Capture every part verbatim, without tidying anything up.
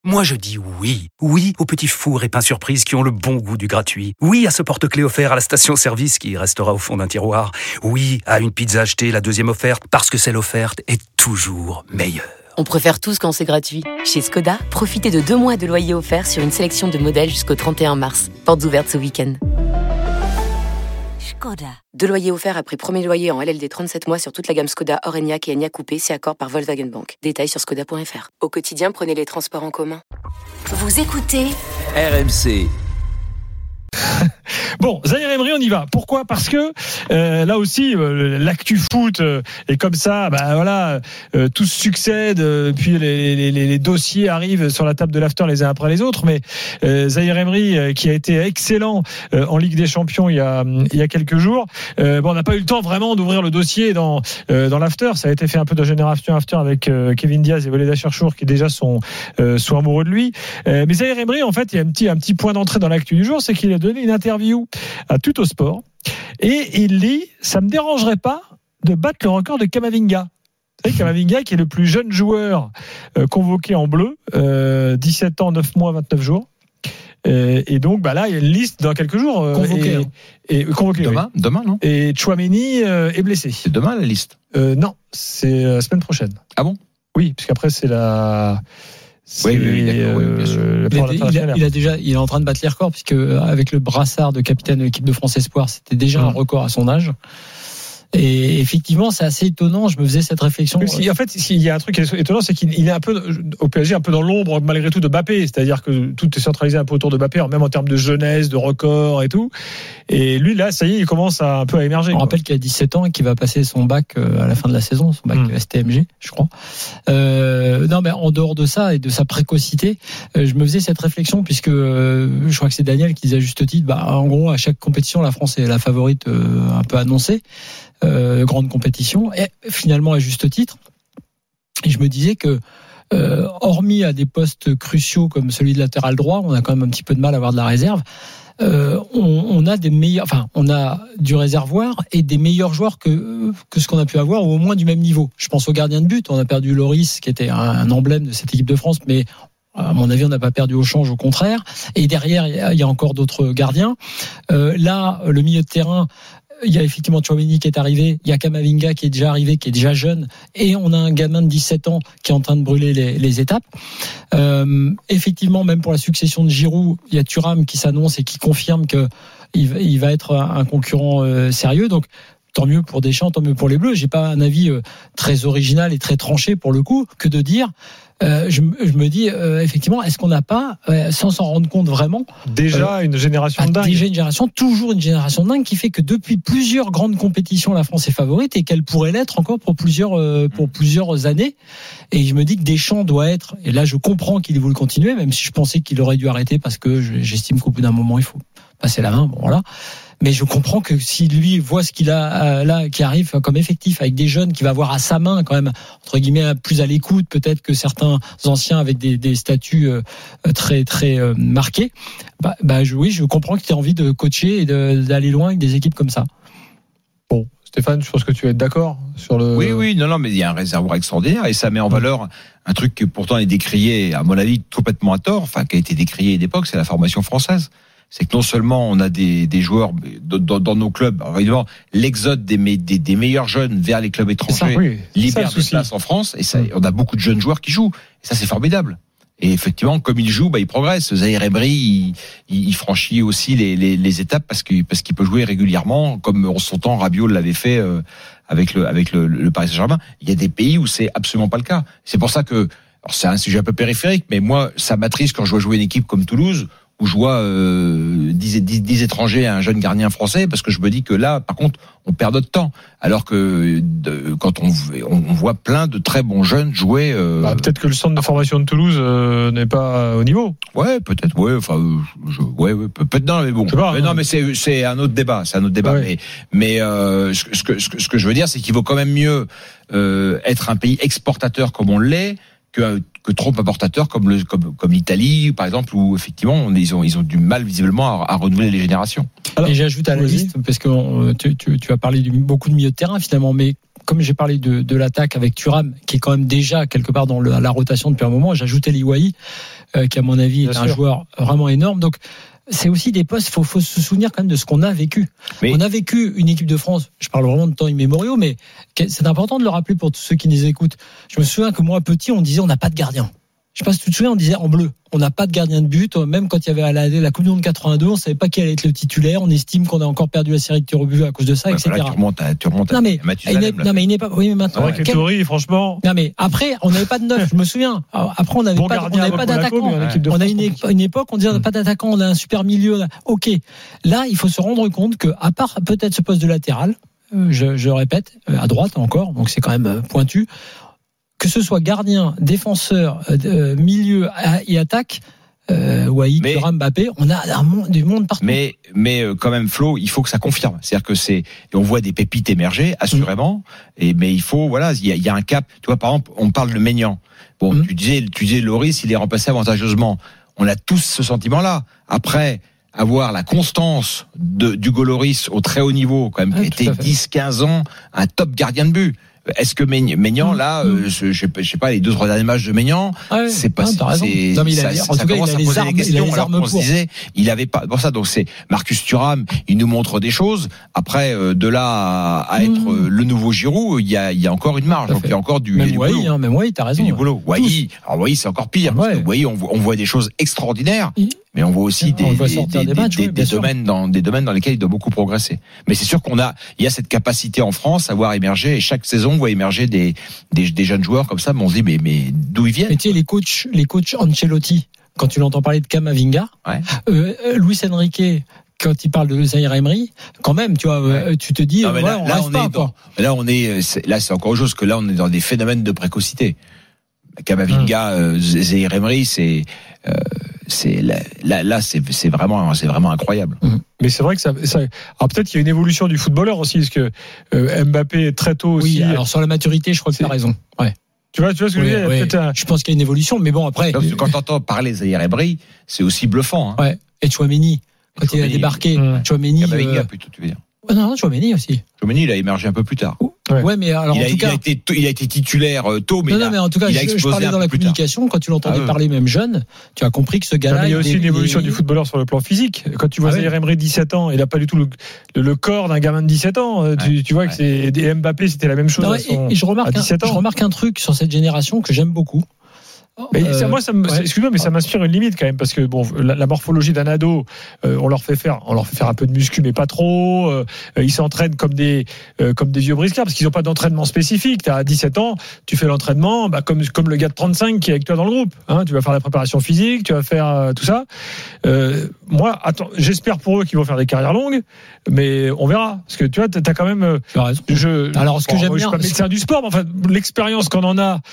Moi je dis oui, oui aux petits fours et pains surprises qui ont le bon goût du gratuit. Oui à ce porte-clés offert à la station-service qui restera au fond d'un tiroir. Oui à une pizza achetée, la deuxième offerte, parce que celle offerte est toujours meilleure. On préfère tous quand c'est gratuit. Chez Skoda, profitez de deux mois de loyer offert sur une sélection de modèles jusqu'au trente et un mars. Portes ouvertes ce week-end. Skoda. Deux loyers offerts après premier loyer en L L D trente-sept mois sur toute la gamme Skoda, Orenia et Enyaq Coupé, c'est accord par Volkswagen Bank. Détails sur skoda point f r. Au quotidien, prenez les transports en commun. Vous écoutez R M C. Bon, Zahir Emery, on y va. Pourquoi ? Parce que euh, là aussi, euh, l'actu foot euh, est comme ça. Bah voilà, euh, tout se succède. Euh, puis les, les, les, les dossiers arrivent sur la table de l'after les uns après les autres. Mais euh, Zahir Emery, euh, qui a été excellent euh, en Ligue des Champions il y a il y a quelques jours, euh, bon, on n'a pas eu le temps vraiment d'ouvrir le dossier dans euh, dans l'after. Ça a été fait un peu de génération after avec euh, Kevin Diaz et Walid Cherchour qui déjà sont euh, sont amoureux de lui. Euh, mais Zahir Emery, en fait, il y a un petit un petit point d'entrée dans l'actu du jour, c'est qu'il a donné une interview à Tuttosport et il dit ça me dérangerait pas de battre le record de Camavinga. Vous savez, Camavinga qui est le plus jeune joueur euh, convoqué en bleu, euh, dix-sept ans, neuf mois, vingt-neuf jours. Euh, et donc bah là il y a une liste dans quelques jours euh, convoqué, et, hein. et, et convoqué demain, oui. demain non. Et Tchouaméni euh, est blessé. C'est demain la liste. Euh, non, c'est la semaine prochaine. Ah bon? Oui, parce qu'après c'est la. C'est oui, oui, d'accord, oui, bien sûr. Euh, il, a, il, a, il a déjà, il est en train de battre les records puisque avec le brassard de capitaine de l'équipe de France Espoir, c'était déjà mmh. un record à son âge. Et effectivement, c'est assez étonnant. Je me faisais cette réflexion. Si, en fait, il y a un truc étonnant, c'est qu'il est un peu au P S G, un peu dans l'ombre malgré tout de Mbappé. C'est-à-dire que tout est centralisé un peu autour de Mbappé, même en termes de jeunesse, de records et tout. Et lui, là, ça y est, il commence à un peu à émerger. On quoi. rappelle qu'il a dix-sept ans et qu'il va passer son bac à la fin de la saison, son bac mmh. S T M G, je crois. Euh, non, mais en dehors de ça et de sa précocité, je me faisais cette réflexion puisque euh, je crois que c'est Daniel qui disait à juste titre, bah, en gros, à chaque compétition, la France est la favorite euh, un peu annoncée. Euh, grande compétition et finalement à juste titre. Et je me disais que euh, hormis à des postes cruciaux comme celui de latéral droit, on a quand même un petit peu de mal à avoir de la réserve. Euh, on, on a des meilleurs, enfin on a du réservoir et des meilleurs joueurs que que ce qu'on a pu avoir ou au moins du même niveau. Je pense au gardien de but. On a perdu Loris qui était un, un emblème de cette équipe de France, mais à mon avis, on n'a pas perdu au change, au contraire. Et derrière, il y a, il y a encore d'autres gardiens. Euh, là, le milieu de terrain. Il y a effectivement Tchouaméni qui est arrivé, il y a Camavinga qui est déjà arrivé, qui est déjà jeune, et on a un gamin de dix-sept ans qui est en train de brûler les, les étapes. Euh, effectivement, même pour la succession de Giroud, il y a Thuram qui s'annonce et qui confirme que il, il va être un concurrent euh, sérieux. Donc, tant mieux pour Deschamps, tant mieux pour les Bleus. J'ai pas un avis euh, très original et très tranché pour le coup que de dire. Euh, je, je me dis euh, effectivement, est-ce qu'on n'a pas, euh, sans s'en rendre compte vraiment, déjà euh, une génération de dingue. Déjà une génération, toujours une génération de dingue qui fait que depuis plusieurs grandes compétitions, la France est favorite et qu'elle pourrait l'être encore pour plusieurs euh, pour plusieurs années. Et je me dis que Deschamps doit être. Et là, je comprends qu'il voulait continuer, même si je pensais qu'il aurait dû arrêter parce que j'estime qu'au bout d'un moment, il faut passer la main. Bon voilà. Mais je comprends que si lui voit ce qu'il a là, qui arrive comme effectif avec des jeunes qui va avoir à sa main quand même entre guillemets plus à l'écoute peut-être que certains anciens avec des, des statuts euh, très très euh, marqués, bah, bah je, oui, je comprends que tu as envie de coacher et de, d'aller loin avec des équipes comme ça. Bon, Stéphane, je pense que tu vas être d'accord sur le. Oui, oui, non, non, mais il y a un réservoir extraordinaire et ça met en valeur un truc qui pourtant est décrié, à mon avis, complètement à tort, enfin qui a été décrié à l'époque, c'est la formation française. C'est que non seulement on a des, des joueurs dans, dans nos clubs, alors évidemment l'exode des, des, des meilleurs jeunes vers les clubs étrangers ça, oui. libère des places en France et ça, on a beaucoup de jeunes joueurs qui jouent et ça c'est formidable. Et effectivement, comme il joue, bah, il progresse. Zahir Emery, il, il franchit aussi les, les, les étapes parce que parce qu'il peut jouer régulièrement, comme en son temps Rabiot l'avait fait euh, avec le avec le, le Paris Saint-Germain. Il y a des pays où c'est absolument pas le cas. C'est pour ça que, alors c'est un sujet un peu périphérique, mais moi ça m'attriste quand je vois jouer une équipe comme Toulouse. Où je vois euh, dix, dix, dix étrangers à un jeune gardien français, parce que je me dis que là, par contre, on perd notre temps. Alors que de, quand on, on voit plein de très bons jeunes jouer... Euh... Bah, peut-être que le centre de formation de Toulouse euh, n'est pas au niveau. Ouais, peut-être, ouais, enfin, je, ouais, ouais, peut-être, non, mais bon. Pas, mais non, mais c'est, c'est un autre débat, c'est un autre débat. Ouais. Mais, mais euh, ce, ce, que, ce, que, ce que je veux dire, c'est qu'il vaut quand même mieux euh, être un pays exportateur comme on l'est, que que trop importateurs comme le comme comme l'Italie par exemple où effectivement ils ont ils ont du mal visiblement à, à renouveler les générations. Alors, et j'ajoute à la liste parce que tu, tu tu as parlé de beaucoup de milieu de terrain finalement, mais comme j'ai parlé de de l'attaque avec Thuram qui est quand même déjà quelque part dans le, la rotation depuis un moment, j'ajoutais Liwahi euh, qui à mon avis Bien est sûr. un joueur vraiment énorme. Donc c'est aussi des postes, faut, faut se souvenir quand même de ce qu'on a vécu. Mais- On a vécu une équipe de France, je parle vraiment de temps immémoriaux, mais c'est important de le rappeler pour tous ceux qui nous écoutent. Je me souviens que moi, petit, on disait on n'a pas de gardien. Je sais pas si tu te souviens, on disait en bleu, on n'a pas de gardien de but. Même quand il y avait la, la Coupe du Monde quatre-vingt-deux, on savait pas qui allait être le titulaire. On estime qu'on a encore perdu la série de tirs au but à cause de ça, Ouais, et cetera. voilà, tu remontes à, tu remontes à Non mais, Mathusalem, il n'est- là. non mais il n'est pas. Oui, mais maintenant. Avec les quel- théories, franchement. Non mais après, on n'avait pas de neuf. Je me souviens. Alors, après, on n'avait Bon pas, on gardien n'avait à pas Monaco, d'attaquant. mais en équipe de On a France, une, compliqué. une époque, on disait on n'a Mm. pas d'attaquant, on a un super milieu. Là. Ok. Là, il faut se rendre compte que, à part peut-être ce poste de latéral, euh, je, je répète, euh, à droite encore, donc c'est quand même euh, pointu. Que ce soit gardien, défenseur, euh, euh, milieu et attaque. Euh, Wai, Mais- Thuram, Mbappé, on a un monde, du monde partout. Mais, mais euh, quand même, Flo, il faut que ça confirme. C'est-à-dire que c'est, et on voit des pépites émerger, assurément. Et mais il faut, voilà, il y a, il y a un cap. Tu vois, par exemple, on parle de Maignan. Bon, Mm. tu disais, tu disais, Loris, il est remplacé avantageusement. On a tous ce sentiment-là. Après, avoir la constance de d'Hugo Loris au très haut niveau, quand même, Ouais, qui tout était à fait. dix, quinze ans, un top gardien de but. Est-ce que Maignan, Maignan, Mm. là, euh, je, je sais pas, les deux trois derniers matchs de Maignan, Ah ouais, c'est pas, non, t'as raison. c'est, Non, mais il a- ça, en ça tout cas, il commence a à les poser armes- des il a questions, les alors armes qu'on se pour. disait, il avait pas, pour ça, donc c'est Marcus Thuram, il nous montre des choses. Après, euh, de là à, à être Mmh. euh, le nouveau Giroud, il y a, il y a encore une marge, Tout à donc fait. il y a encore du, il y a Même du Wai, boulot. hein, même Wai, t'as Il y raison. a du boulot. Wai, alors Wai, c'est encore pire, parce Ouais. que Wai, on, voit- on voit des choses extraordinaires, Il- mais on voit aussi On des, le voit des, sortir des, des des- matchs, des- oui, des bien sûr. domaines dans, des domaines dans lesquels il doit beaucoup progresser. Mais c'est sûr qu'on a, il y a cette capacité en France à voir émerger, et chaque saison, on voit émerger des, des, des jeunes joueurs comme ça, mais on se dit, mais, mais d'où ils viennent? Mais tu sais, les coachs, les coachs Ancelotti, quand tu l'entends parler de Camavinga, Ouais. euh, euh, Luis Enrique, quand il parle de Zaïre Emery, quand même, tu vois, euh, tu te dis, Non, euh, mais ouais, là, on là, rêve on pas, est quoi. dans, là, on est, c'est- là, c'est encore autre chose que là, on est dans des phénomènes de précocité. Kamavinga, euh, Zaïre Emery, c'est, euh, c'est, là, là, là, c'est, c'est vraiment, c'est vraiment incroyable. Mais c'est vrai que ça, ça alors peut-être qu'il y a une évolution du footballeur aussi, parce que euh, Mbappé très tôt aussi. Oui, alors sur la maturité, je crois que tu as C'est- raison. Ouais. Tu vois, tu vois ce que Oui, je veux dire? Il y a oui. peut-être un- Je pense qu'il y a une évolution, mais bon, après. Parce que quand t'entends parler Zaïre Emery, c'est aussi bluffant, hein. Ouais. Et Chouameni, quand il a Tchouaméni. débarqué, Mmh. Chouameni. Kamavinga, euh, plutôt, tu veux dire. ouais, non, non, Chouameni aussi. Chouameni, il a émergé un peu plus tard. Ouais. Ouais, mais alors il, en a, tout il, a cas. été, il a été titulaire euh, tôt, mais non, il a- non, mais en tout cas, il a je, je explosé parlais un dans peu la plus tard. communication, quand tu l'entendais Ah ouais. parler même jeune, tu as compris que ce Non, gars-là. mais il y a aussi est- une évolution il- du footballeur sur le plan physique. Quand tu vois Ah ouais. Zaïre Emery dix-sept ans, il n'a pas du tout le, le, le corps d'un gamin de dix-sept ans. Euh, Tu, Ouais. tu vois que c'est et Mbappé, c'était la même chose Non, à et- son, et je remarque, à un, dix-sept ans. je remarque un truc sur cette génération que j'aime beaucoup. Mais Euh, ça, moi, ça me, ouais. excuse-moi, mais ça m'inspire une limite quand même, parce que bon, la, la morphologie d'un ado, euh, on leur fait faire, on leur fait faire un peu de muscu, mais pas trop. Euh, ils s'entraînent comme des, euh, comme des vieux briscards, parce qu'ils n'ont pas d'entraînement spécifique. T'as dix-sept ans, tu fais l'entraînement, bah, comme comme le gars de trente-cinq qui est avec toi dans le groupe. Hein, tu vas faire la préparation physique, tu vas faire euh, tout ça. Euh, moi, attends, j'espère pour eux qu'ils vont faire des carrières longues, mais on verra, parce que tu vois, t'as, t'as quand même. euh, Tu as raison. Je, Alors, ce que bon, j'aime moi, je suis bien- pas médecin du sport, mais enfin, l'expérience qu'on en a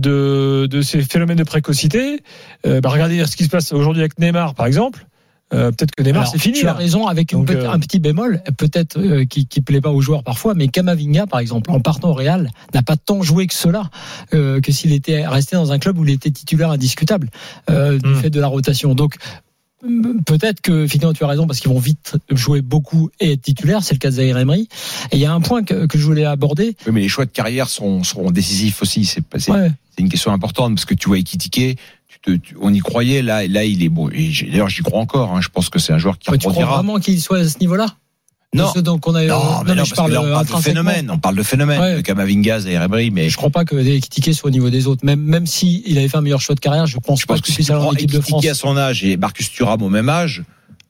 de, de ces phénomènes de précocité, euh, bah, regardez ce qui se passe aujourd'hui avec Neymar, par exemple. Euh, peut-être que Neymar, Alors, c'est fini. Tu as là. raison, avec une Donc, peut- euh, un petit bémol, peut-être euh, qui ne plaît pas aux joueurs parfois, mais Camavinga, par exemple, en partant au Real, n'a pas tant joué que cela, euh, que s'il était resté dans un club où il était titulaire indiscutable euh, du Mm. fait de la rotation. Donc, peut-être que finalement tu as raison parce qu'ils vont vite jouer beaucoup et être titulaires, c'est le cas de Zaïre Emery. Et il y a un point que, que je voulais aborder. Oui, mais les choix de carrière sont, seront décisifs aussi. C'est, c'est, Ouais. c'est une question importante parce que tu vois Ekitike, tu te, tu, on y croyait, là, là, il est beau. Et j'ai- d'ailleurs, j'y crois encore. Hein, je pense que c'est un joueur qui Ouais, tu crois reproduira. vraiment qu'il soit à ce niveau-là? Non. De ceux donc on a, Non, euh, mais non, parce je que là, on parle de intrinsèquement. phénomène. On parle de phénomène. Ouais. De Kamavinga, Zaïre Emery, mais Je crois pas que Ekitike soit au niveau des autres. Même même si il avait fait un meilleur choix de carrière, je pense je pas pense qu'il que si puisse tu aller en prends équipe de France. Ekitike à son âge et Marcus Thuram au même âge,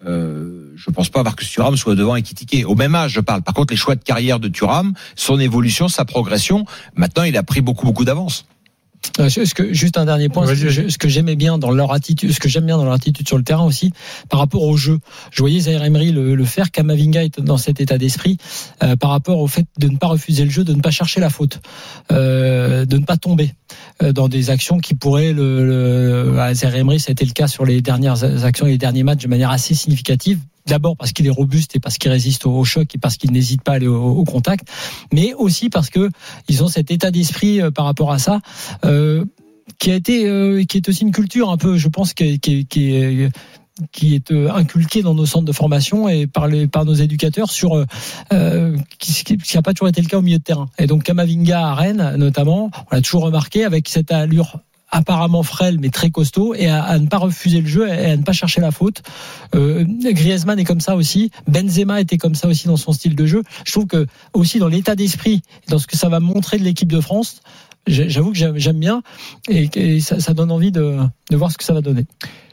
euh, je pense pas que Marcus Thuram soit devant Ekitike. Au même âge, je parle. Par contre, les choix de carrière de Thuram, son évolution, sa progression, maintenant, il a pris beaucoup, beaucoup d'avance. Euh, Ce que, juste un dernier point, Vas-y, ce que, vas-y. je- ce que j'aimais bien dans leur attitude, ce que j'aime bien dans leur attitude sur le terrain aussi, par rapport au jeu. Je voyais Zaïre Emery le, le faire, Camavinga est dans cet état d'esprit euh, par rapport au fait de ne pas refuser le jeu, de ne pas chercher la faute, euh, de ne pas tomber euh, dans des actions qui pourraient le, le à Zaïre Emery, ça a été le cas sur les dernières actions et les derniers matchs de manière assez significative. D'abord parce qu'il est robuste et parce qu'il résiste au, au choc et parce qu'il n'hésite pas à aller au, au contact, mais aussi parce que ils ont cet état d'esprit euh, par rapport à ça. Euh, qui a été, euh, qui est aussi une culture un peu, je pense, qui, qui, qui est qui est euh, inculquée dans nos centres de formation et par les par nos éducateurs sur euh, euh, qui qui n'a pas toujours été le cas au milieu de terrain. Et donc Camavinga à Rennes notamment, on l'a toujours remarqué avec cette allure apparemment frêle mais très costaud, et à, à ne pas refuser le jeu et à ne pas chercher la faute. Euh, Griezmann est comme ça aussi, Benzema était comme ça aussi dans son style de jeu. Je trouve que aussi dans l'état d'esprit, dans ce que ça va montrer de l'équipe de France, j'avoue que j'aime bien, et, et ça, ça donne envie de, de voir ce que ça va donner.